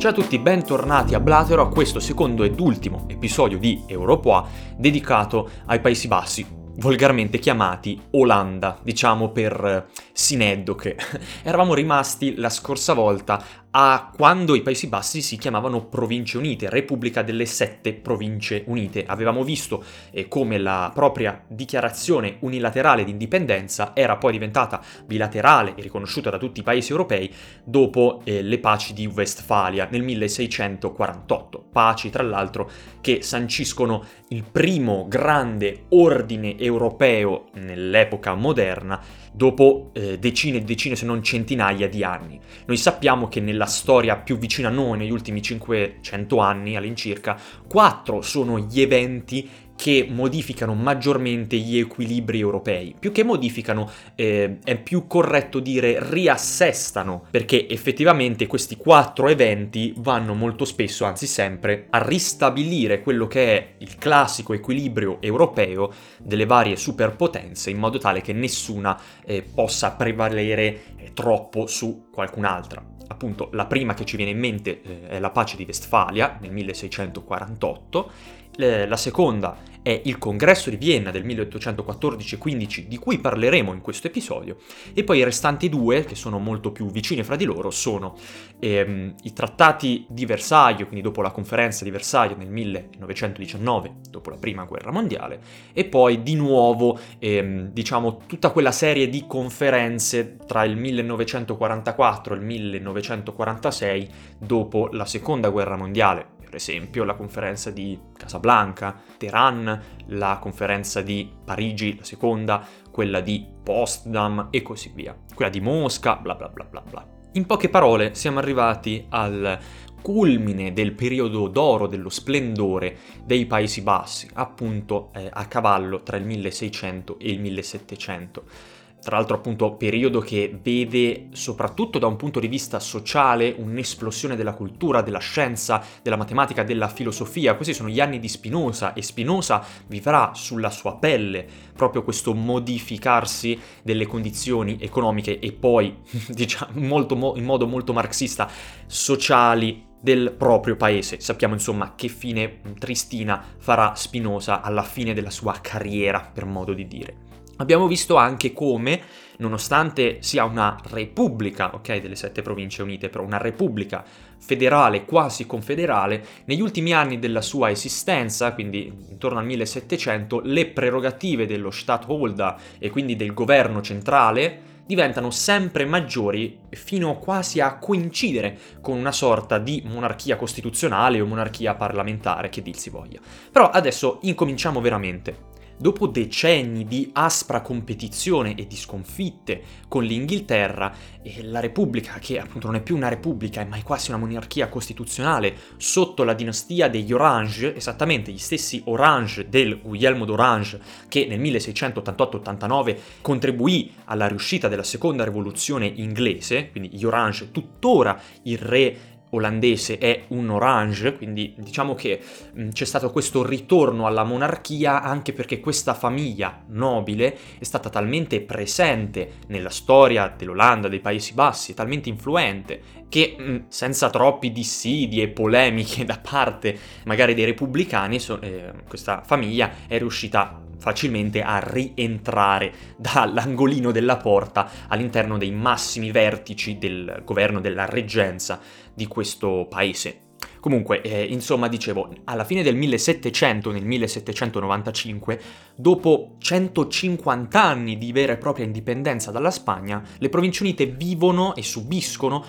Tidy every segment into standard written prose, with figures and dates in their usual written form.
Ciao a tutti, bentornati a Blatero a questo secondo ed ultimo episodio di Europoa dedicato ai Paesi Bassi, volgarmente chiamati Olanda, diciamo per sineddoche. Eravamo rimasti la scorsa volta a quando i Paesi Bassi si chiamavano Province Unite, Repubblica delle Sette Province Unite. Avevamo visto come la propria dichiarazione unilaterale di indipendenza era poi diventata bilaterale e riconosciuta da tutti i paesi europei dopo le paci di Westfalia nel 1648. Paci, tra l'altro, che sanciscono il primo grande ordine europeo nell'epoca moderna dopo decine e decine, se non centinaia di anni. Noi sappiamo che nella storia più vicina a noi, negli ultimi 500 anni all'incirca, 4 sono gli eventi che modificano maggiormente gli equilibri europei. Più che modificano, è più corretto dire riassestano, perché effettivamente questi 4 eventi vanno molto spesso, anzi sempre, a ristabilire quello che è il classico equilibrio europeo delle varie superpotenze, in modo tale che nessuna possa prevalere troppo su qualcun'altra. Appunto, la prima che ci viene in mente è la pace di Westfalia nel 1648, la seconda è il Congresso di Vienna del 1814-15, di cui parleremo in questo episodio, e poi i restanti due, che sono molto più vicini fra di loro, sono i trattati di Versailles, quindi dopo la conferenza di Versailles nel 1919, dopo la Prima Guerra Mondiale, e poi di nuovo, diciamo, tutta quella serie di conferenze tra il 1944 e il 1946, dopo la Seconda Guerra Mondiale. Per esempio la conferenza di Casablanca, Teheran, la conferenza di Parigi, la seconda, quella di Potsdam e così via, quella di Mosca, bla bla bla bla bla. In poche parole siamo arrivati al culmine del periodo d'oro, dello splendore dei Paesi Bassi, appunto a cavallo tra il 1600 e il 1700. Tra l'altro appunto periodo che vede soprattutto da un punto di vista sociale un'esplosione della cultura, della scienza, della matematica, della filosofia. Questi sono gli anni di Spinoza, e Spinoza vivrà sulla sua pelle proprio questo modificarsi delle condizioni economiche e poi, diciamo, in modo molto marxista, sociali del proprio paese. Sappiamo insomma che fine tristina farà Spinoza alla fine della sua carriera, per modo di dire. Abbiamo visto anche come, nonostante sia una repubblica, ok, delle 7 province unite, però una repubblica federale, quasi confederale, negli ultimi anni della sua esistenza, quindi intorno al 1700, le prerogative dello Stadtholder e quindi del governo centrale diventano sempre maggiori fino quasi a coincidere con una sorta di monarchia costituzionale o monarchia parlamentare, che dir si voglia. Però adesso incominciamo veramente. Dopo decenni di aspra competizione e di sconfitte con l'Inghilterra, la Repubblica, che appunto non è più una repubblica ma è quasi una monarchia costituzionale, sotto la dinastia degli Orange, esattamente gli stessi Orange del Guglielmo d'Orange, che nel 1688-89 contribuì alla riuscita della seconda rivoluzione inglese, quindi gli Orange, tuttora il re olandese è un Orange, quindi diciamo che c'è stato questo ritorno alla monarchia anche perché questa famiglia nobile è stata talmente presente nella storia dell'Olanda, dei Paesi Bassi, talmente influente, che senza troppi dissidi e polemiche da parte magari dei repubblicani, questa famiglia è riuscita facilmente a rientrare dall'angolino della porta all'interno dei massimi vertici del governo, della reggenza di questo paese. Comunque, insomma, dicevo, alla fine del 1700, nel 1795, dopo 150 anni di vera e propria indipendenza dalla Spagna, le Province Unite vivono e subiscono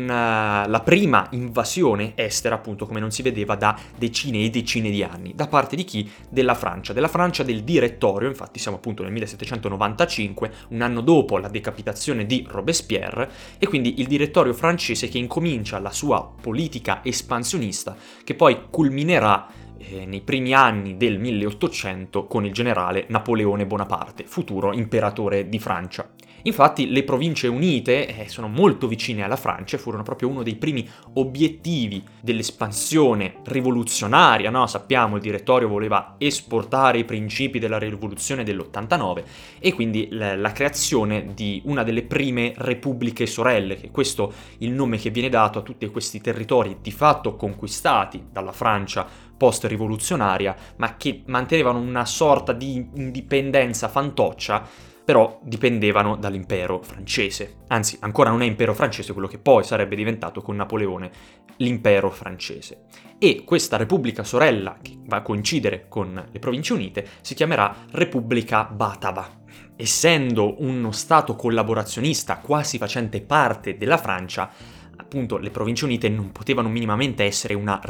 la prima invasione estera, appunto, come non si vedeva da decine e decine di anni. Da parte di chi? Della Francia del Direttorio. Infatti siamo appunto nel 1795, un anno dopo la decapitazione di Robespierre, e quindi il Direttorio francese che incomincia la sua politica espansionista, che poi culminerà nei primi anni del 1800 con il generale Napoleone Bonaparte, futuro imperatore di Francia. Infatti le Province Unite sono molto vicine alla Francia, furono proprio uno dei primi obiettivi dell'espansione rivoluzionaria, no? Sappiamo, il direttorio voleva esportare i principi della rivoluzione dell'89 e quindi la creazione di una delle prime repubbliche sorelle, che questo è il nome che viene dato a tutti questi territori di fatto conquistati dalla Francia post-rivoluzionaria, ma che mantenevano una sorta di indipendenza fantoccia, però dipendevano dall'impero francese. Anzi, ancora non è impero francese quello che poi sarebbe diventato con Napoleone l'impero francese. E questa repubblica sorella, che va a coincidere con le Province Unite, si chiamerà Repubblica Batava. Essendo uno stato collaborazionista quasi facente parte della Francia, appunto le Province Unite non potevano minimamente essere una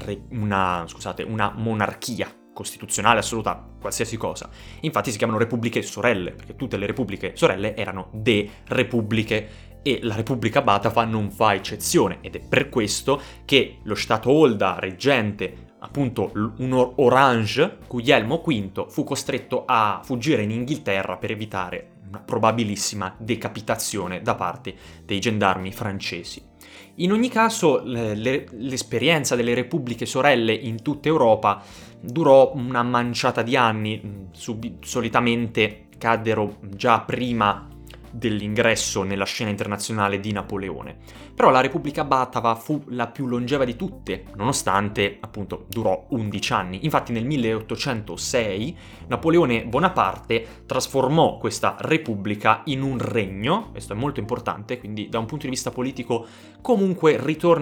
monarchia costituzionale assoluta, qualsiasi cosa. Infatti si chiamano repubbliche sorelle, perché tutte le repubbliche sorelle erano repubbliche e la Repubblica Batava non fa eccezione, ed è per questo che lo Stadtholder reggente, appunto un Orange, Guglielmo V, fu costretto a fuggire in Inghilterra per evitare una probabilissima decapitazione da parte dei gendarmi francesi. In ogni caso, l'esperienza delle repubbliche sorelle in tutta Europa durò una manciata di anni, solitamente caddero già prima dell'ingresso nella scena internazionale di Napoleone. Però la Repubblica Batava fu la più longeva di tutte, nonostante appunto durò 11 anni. Infatti nel 1806 Napoleone Bonaparte trasformò questa repubblica in un regno, questo è molto importante, quindi da un punto di vista politico comunque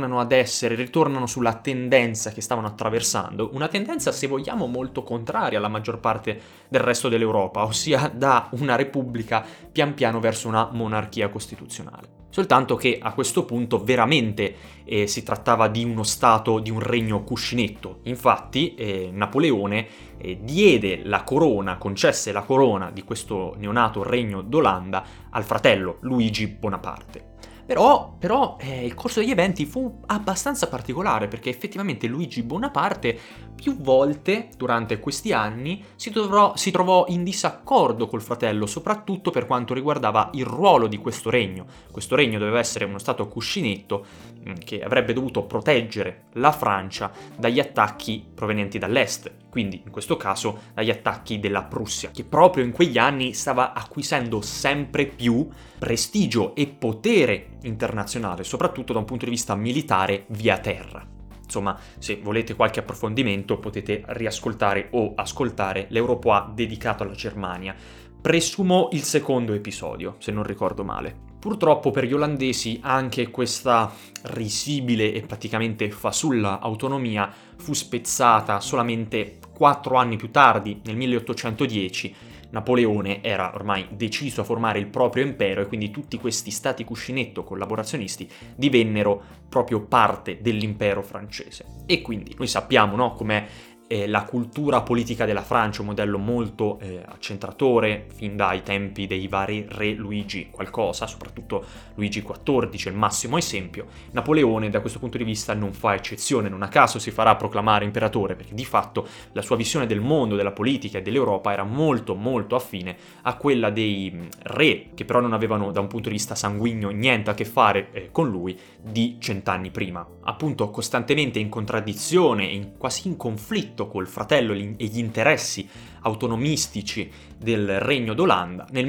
ritornano sulla tendenza che stavano attraversando, una tendenza, se vogliamo, molto contraria alla maggior parte del resto dell'Europa, ossia da una repubblica pian piano verso una monarchia costituzionale. Soltanto che a questo punto veramente si trattava di uno stato, di un regno cuscinetto. Infatti Napoleone diede la corona, concesse la corona di questo neonato regno d'Olanda al fratello Luigi Bonaparte. Però il corso degli eventi fu abbastanza particolare, perché effettivamente Luigi Bonaparte più volte durante questi anni si trovò in disaccordo col fratello, soprattutto per quanto riguardava il ruolo di questo regno. Questo regno doveva essere uno stato cuscinetto che avrebbe dovuto proteggere la Francia dagli attacchi provenienti dall'est, quindi in questo caso dagli attacchi della Prussia, che proprio in quegli anni stava acquisendo sempre più prestigio e potere internazionale, soprattutto da un punto di vista militare via terra. Insomma, se volete qualche approfondimento potete riascoltare o ascoltare l'Europoa dedicato alla Germania. Presumo il secondo episodio, se non ricordo male. Purtroppo per gli olandesi anche questa risibile e praticamente fasulla autonomia fu spezzata solamente 4 anni più tardi, nel 1810. Napoleone era ormai deciso a formare il proprio impero e quindi tutti questi stati cuscinetto collaborazionisti divennero proprio parte dell'impero francese. E quindi noi sappiamo, no, com'è la cultura politica della Francia, un modello molto accentratore fin dai tempi dei vari re Luigi qualcosa, soprattutto Luigi XIV è il massimo esempio. Napoleone da questo punto di vista non fa eccezione, non a caso si farà proclamare imperatore, perché di fatto la sua visione del mondo, della politica e dell'Europa era molto molto affine a quella dei re, che però non avevano da un punto di vista sanguigno niente a che fare con lui, di 100 anni prima. Appunto costantemente in contraddizione, quasi in conflitto col fratello e gli interessi autonomistici del Regno d'Olanda, nel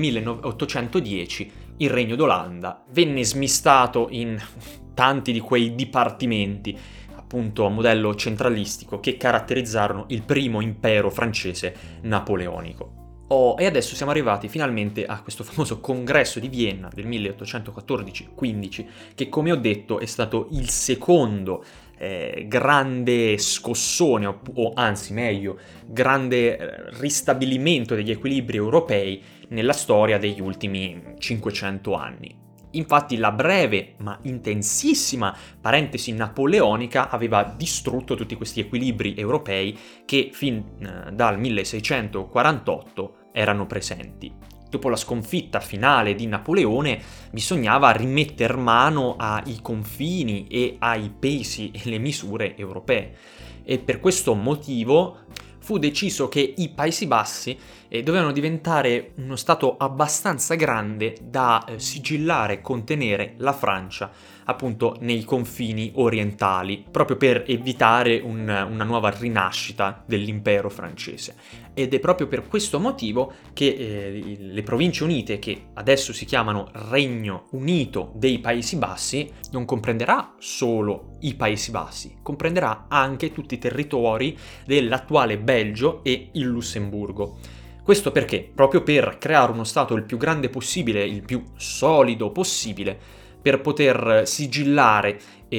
1810 il Regno d'Olanda venne smistato in tanti di quei dipartimenti, appunto a modello centralistico, che caratterizzarono il primo impero francese napoleonico. E adesso siamo arrivati finalmente a questo famoso congresso di Vienna del 1814-15, che come ho detto è stato il secondo grande scossone, o anzi meglio, grande ristabilimento degli equilibri europei nella storia degli ultimi 500 anni. Infatti la breve ma intensissima parentesi napoleonica aveva distrutto tutti questi equilibri europei che fin dal 1648 erano presenti. Dopo la sconfitta finale di Napoleone bisognava rimetter mano ai confini e ai pesi e le misure europee, e per questo motivo fu deciso che i Paesi Bassi dovevano diventare uno stato abbastanza grande da sigillare e contenere la Francia appunto nei confini orientali, proprio per evitare una nuova rinascita dell'impero francese. Ed è proprio per questo motivo che le Province Unite, che adesso si chiamano Regno Unito dei Paesi Bassi, non comprenderà solo i Paesi Bassi, comprenderà anche tutti i territori dell'attuale Belgio e il Lussemburgo. Questo perché? Proprio per creare uno stato il più grande possibile, il più solido possibile, per poter sigillare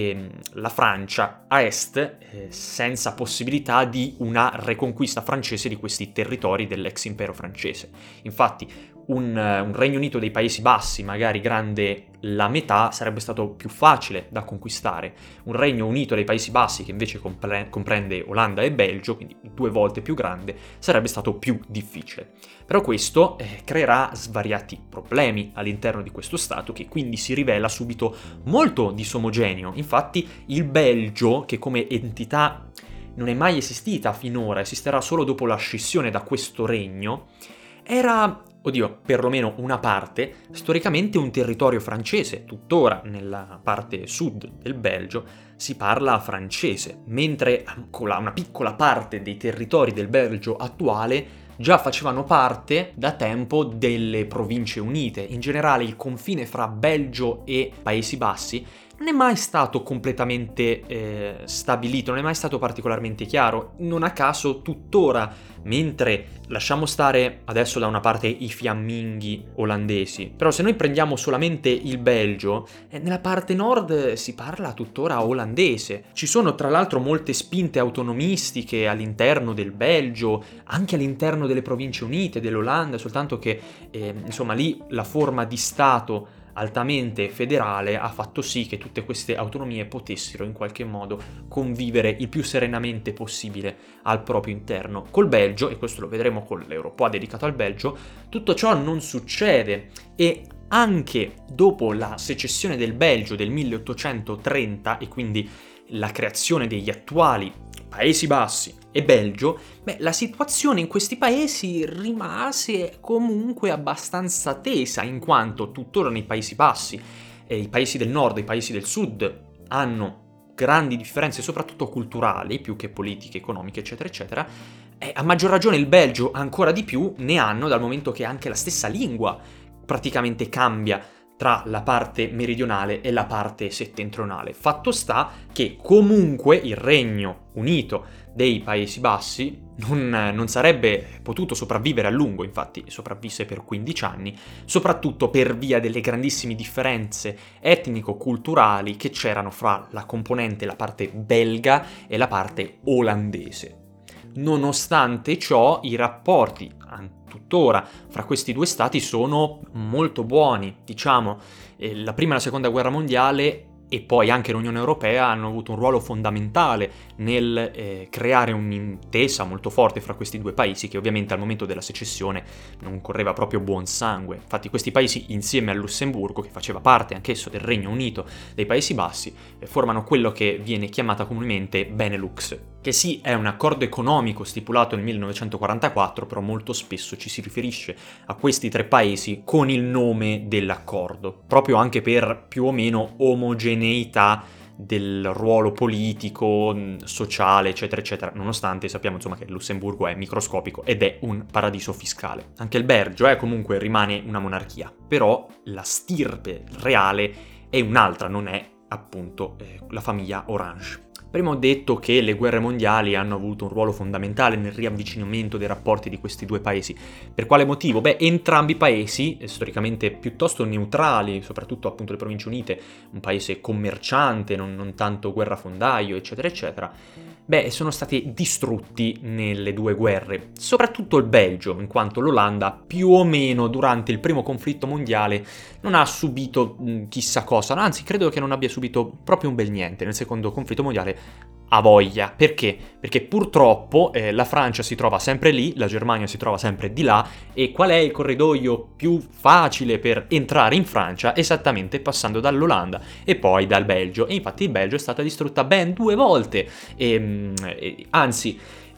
la Francia a est senza possibilità di una reconquista francese di questi territori dell'ex impero francese. Infatti un Regno Unito dei Paesi Bassi, magari grande la metà, sarebbe stato più facile da conquistare. Un Regno Unito dei Paesi Bassi, che invece comprende Olanda e Belgio, quindi 2 volte più grande, sarebbe stato più difficile. Però questo creerà svariati problemi all'interno di questo Stato, che quindi si rivela subito molto disomogeneo. Infatti il Belgio, che come entità non è mai esistita finora, esisterà solo dopo la scissione da questo regno, era, perlomeno una parte, storicamente un territorio francese. Tuttora nella parte sud del Belgio si parla francese, mentre ancora una piccola parte dei territori del Belgio attuale già facevano parte da tempo delle Province Unite. In generale il confine fra Belgio e Paesi Bassi non è mai stato completamente stabilito, non è mai stato particolarmente chiaro. Non a caso tuttora, mentre lasciamo stare adesso da una parte i fiamminghi olandesi, però se noi prendiamo solamente il Belgio, nella parte nord si parla tuttora olandese. Ci sono tra l'altro molte spinte autonomistiche all'interno del Belgio, anche all'interno delle Province Unite, dell'Olanda, soltanto che insomma lì la forma di Stato altamente federale ha fatto sì che tutte queste autonomie potessero in qualche modo convivere il più serenamente possibile al proprio interno. Col Belgio, e questo lo vedremo con l'Europoa dedicato al Belgio, tutto ciò non succede, e anche dopo la secessione del Belgio del 1830 e quindi la creazione degli attuali Paesi Bassi e Belgio, la situazione in questi paesi rimase comunque abbastanza tesa, in quanto tuttora nei Paesi Bassi i paesi del nord e i paesi del sud hanno grandi differenze soprattutto culturali, più che politiche, economiche, eccetera, eccetera. A maggior ragione il Belgio ancora di più ne hanno, dal momento che anche la stessa lingua praticamente cambia tra la parte meridionale e la parte settentrionale. Fatto sta che comunque il Regno Unito dei Paesi Bassi non sarebbe potuto sopravvivere a lungo, infatti sopravvisse per 15 anni, soprattutto per via delle grandissime differenze etnico-culturali che c'erano fra la componente, la parte belga e la parte olandese. Nonostante ciò, i rapporti tuttora fra questi due stati sono molto buoni. Diciamo, la prima e la seconda guerra mondiale e poi anche l'Unione Europea hanno avuto un ruolo fondamentale nel creare un'intesa molto forte fra questi due paesi, che ovviamente al momento della secessione non correva proprio buon sangue. Infatti questi paesi, insieme al Lussemburgo, che faceva parte anch'esso del Regno Unito dei Paesi Bassi, formano quello che viene chiamata comunemente Benelux, che sì è un accordo economico stipulato nel 1944, però molto spesso ci si riferisce a questi 3 paesi con il nome dell'accordo, proprio anche per più o meno omogeneità del ruolo politico, sociale, eccetera, eccetera, nonostante sappiamo insomma che il Lussemburgo è microscopico ed è un paradiso fiscale. Anche il Belgio comunque rimane una monarchia, però la stirpe reale è un'altra, non è appunto la famiglia Orange. Prima ho detto che le guerre mondiali hanno avuto un ruolo fondamentale nel riavvicinamento dei rapporti di questi due paesi. Per quale motivo? Entrambi i paesi, storicamente piuttosto neutrali, soprattutto appunto le Province Unite, un paese commerciante, non tanto guerrafondaio, eccetera, eccetera, sono stati distrutti nelle 2 guerre. Soprattutto il Belgio, in quanto l'Olanda più o meno durante il primo conflitto mondiale non ha subito chissà cosa, anzi credo che non abbia subito proprio un bel niente nel secondo conflitto mondiale. A voglia. Perché? Perché purtroppo la Francia si trova sempre lì, la Germania si trova sempre di là, e qual è il corridoio più facile per entrare in Francia? Esattamente passando dall'Olanda e poi dal Belgio. E infatti il Belgio è stata distrutta ben 2 volte. Anzi,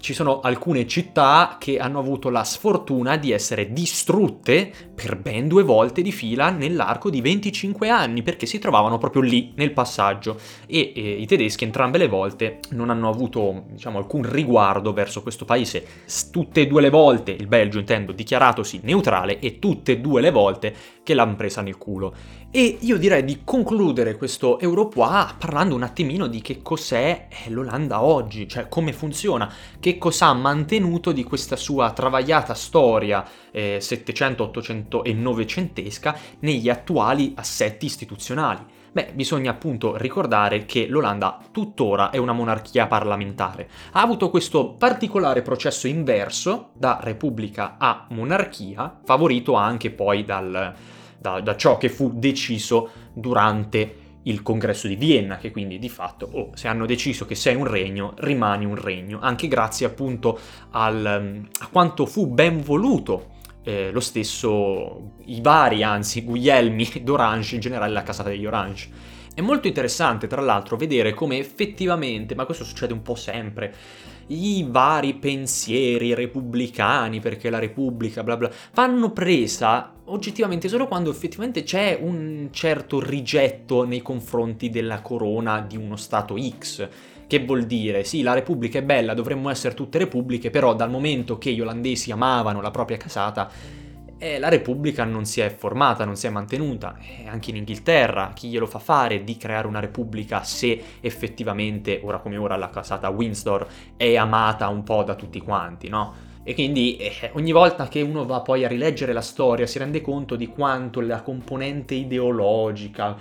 ci sono alcune città che hanno avuto la sfortuna di essere distrutte per ben 2 volte di fila nell'arco di 25 anni, perché si trovavano proprio lì, nel passaggio, e i tedeschi entrambe le volte non hanno avuto, diciamo, alcun riguardo verso questo paese. Tutte e 2 le volte, il Belgio intendo, dichiaratosi neutrale, e tutte e 2 le volte che l'hanno presa nel culo. E io direi di concludere questo Europois parlando un attimino di che cos'è l'Olanda oggi, cioè come funziona, che cosa ha mantenuto di questa sua travagliata storia 700, 800 e 900esca negli attuali assetti istituzionali. Beh, bisogna appunto ricordare che l'Olanda tuttora è una monarchia parlamentare. Ha avuto questo particolare processo inverso da repubblica a monarchia, favorito anche poi da ciò che fu deciso durante il congresso di Vienna, che quindi di fatto, se hanno deciso che sei un regno, rimani un regno, anche grazie appunto a quanto fu ben voluto lo stesso, anzi, Guglielmi d'Orange, in generale la casata degli Orange. È molto interessante, tra l'altro, vedere come effettivamente, ma questo succede un po' sempre, i vari pensieri repubblicani, perché la Repubblica, bla bla, fanno presa oggettivamente solo quando effettivamente c'è un certo rigetto nei confronti della corona di uno Stato X. Che vuol dire? Sì, la Repubblica è bella, dovremmo essere tutte repubbliche, però dal momento che gli olandesi amavano la propria casata, la Repubblica non si è formata, non si è mantenuta. Anche in Inghilterra, chi glielo fa fare di creare una Repubblica se effettivamente, ora come ora, la casata Windsor è amata un po' da tutti quanti, no? E quindi ogni volta che uno va poi a rileggere la storia si rende conto di quanto la componente ideologica,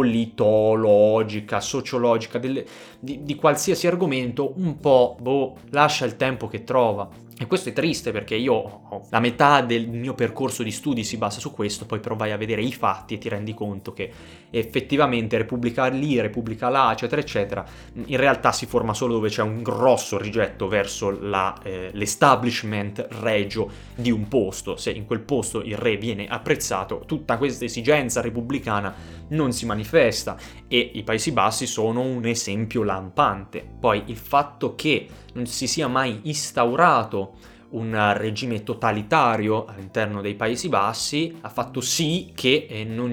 politologica, sociologica di qualsiasi argomento un po' lascia il tempo che trova. E questo è triste, perché la metà del mio percorso di studi si basa su questo, poi però vai a vedere i fatti e ti rendi conto che effettivamente Repubblica lì, Repubblica là, eccetera eccetera, in realtà si forma solo dove c'è un grosso rigetto verso l'establishment regio di un posto. Se in quel posto il re viene apprezzato, tutta questa esigenza repubblicana non si manifesta, e i Paesi Bassi sono un esempio lampante. Poi il fatto che non si sia mai instaurato un regime totalitario all'interno dei Paesi Bassi ha fatto sì che non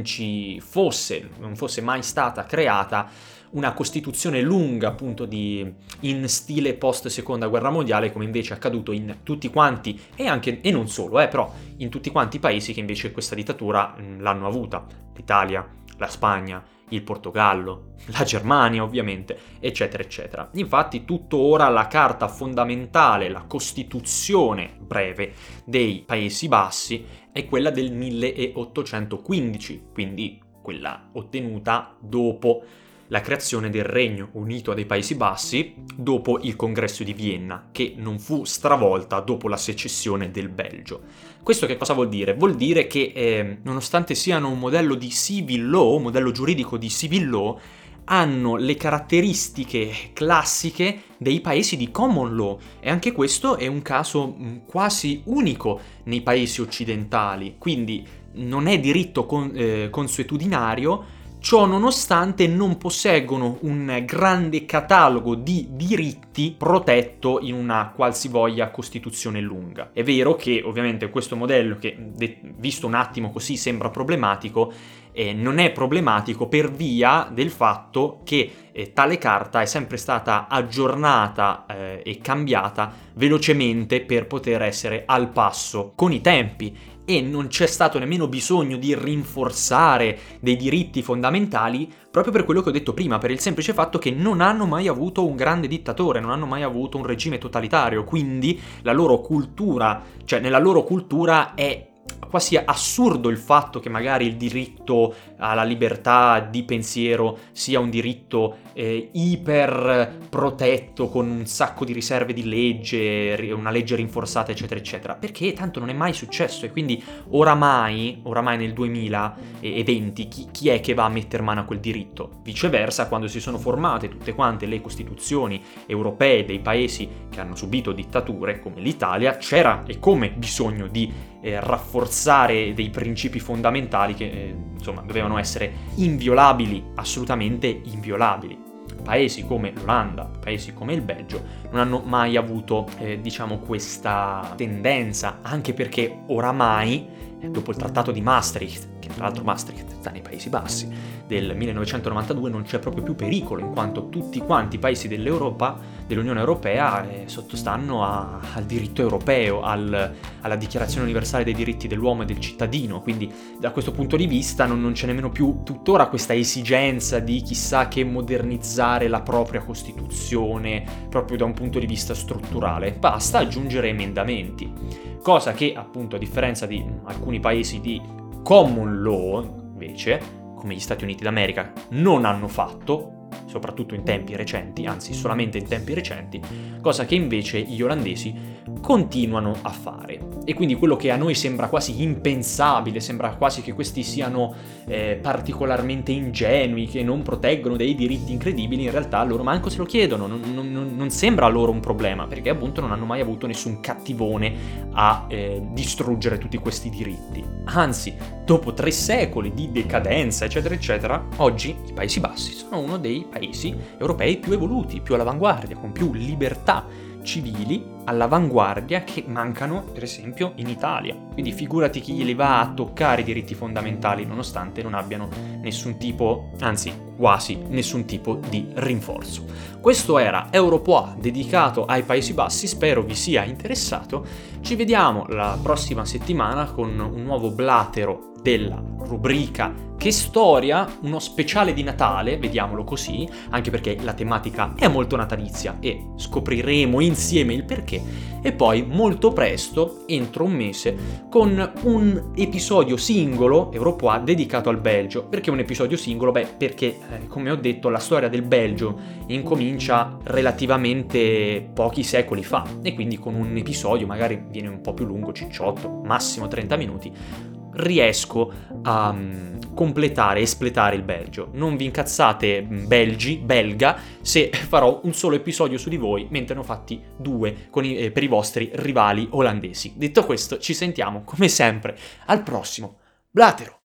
fosse mai stata creata una costituzione lunga, appunto, in stile post seconda guerra mondiale, come invece è accaduto in tutti quanti, e non solo, però in tutti quanti i paesi che invece questa dittatura l'hanno avuta: l'Italia, la Spagna, il Portogallo, la Germania ovviamente, eccetera eccetera. Infatti tuttora la carta fondamentale, la costituzione breve dei Paesi Bassi è quella del 1815, quindi quella ottenuta dopo la creazione del Regno Unito dei Paesi Bassi, dopo il congresso di Vienna, che non fu stravolta dopo la secessione del Belgio. Questo che cosa vuol dire? Vuol dire che nonostante siano un modello di civil law, un modello giuridico di civil law, hanno le caratteristiche classiche dei paesi di common law, e anche questo è un caso quasi unico nei paesi occidentali, quindi non è diritto consuetudinario. Ciò nonostante non posseggono un grande catalogo di diritti protetto in una qualsivoglia costituzione lunga. È vero che ovviamente questo modello, che visto un attimo così sembra problematico, non è problematico per via del fatto che tale carta è sempre stata aggiornata e cambiata velocemente per poter essere al passo con i tempi, e non c'è stato nemmeno bisogno di rinforzare dei diritti fondamentali, proprio per quello che ho detto prima, per il semplice fatto che non hanno mai avuto un grande dittatore, non hanno mai avuto un regime totalitario, quindi la loro cultura, cioè nella loro cultura è quasi assurdo il fatto che magari il diritto alla libertà di pensiero sia un diritto iper protetto, con un sacco di riserve di legge, una legge rinforzata, eccetera eccetera, perché tanto non è mai successo. E quindi oramai nel 2020 chi è che va a metter mano a quel diritto? Viceversa, quando si sono formate tutte quante le costituzioni europee dei paesi che hanno subito dittature come l'Italia, c'era e come bisogno di rafforzare dei principi fondamentali che insomma dovevano essere inviolabili, assolutamente inviolabili. paesi come l'Olanda, paesi come il Belgio, non hanno mai avuto, questa tendenza, anche perché oramai, dopo il trattato di Maastricht, che tra l'altro Maastricht sta nei Paesi Bassi, del 1992, non c'è proprio più pericolo, in quanto tutti quanti i paesi dell'Unione Europea sottostanno al diritto europeo, alla Dichiarazione Universale dei Diritti dell'Uomo e del Cittadino, quindi da questo punto di vista non c'è nemmeno più tuttora questa esigenza di chissà che modernizzare la propria Costituzione proprio da un punto di vista strutturale, basta aggiungere emendamenti, cosa che appunto a differenza di alcuni paesi di common law invece, come gli Stati Uniti d'America, non hanno fatto, soprattutto in tempi recenti, anzi solamente in tempi recenti, cosa che invece gli olandesi continuano a fare. E quindi quello che a noi sembra quasi impensabile, sembra quasi che questi siano particolarmente ingenui, che non proteggono dei diritti incredibili, in realtà loro manco se lo chiedono, non sembra loro un problema, perché appunto non hanno mai avuto nessun cattivone a distruggere tutti questi diritti. Anzi, dopo 3 secoli di decadenza, eccetera, eccetera, oggi i Paesi Bassi sono uno dei paesi europei più evoluti, più all'avanguardia, con più libertà civili all'avanguardia che mancano, per esempio, in Italia. Quindi figurati chi li va a toccare i diritti fondamentali nonostante non abbiano nessun tipo, anzi quasi nessun tipo di rinforzo. Questo era Europoa dedicato ai Paesi Bassi, spero vi sia interessato. Ci vediamo la prossima settimana con un nuovo blatero della rubrica Che storia, uno speciale di Natale, vediamolo così, anche perché la tematica è molto natalizia e scopriremo insieme il perché, e poi molto presto, entro un mese, con un episodio singolo Europoa dedicato al Belgio. Perché un episodio singolo? Beh, perché come ho detto la storia del Belgio incomincia relativamente pochi secoli fa e quindi con un episodio magari viene un po' più lungo, cicciotto, massimo 30 minuti, riesco a completare, espletare il Belgio. Non vi incazzate belga, se farò un solo episodio su di voi, mentre ne ho fatti 2 per i vostri rivali olandesi. Detto questo, ci sentiamo come sempre al prossimo Blatero.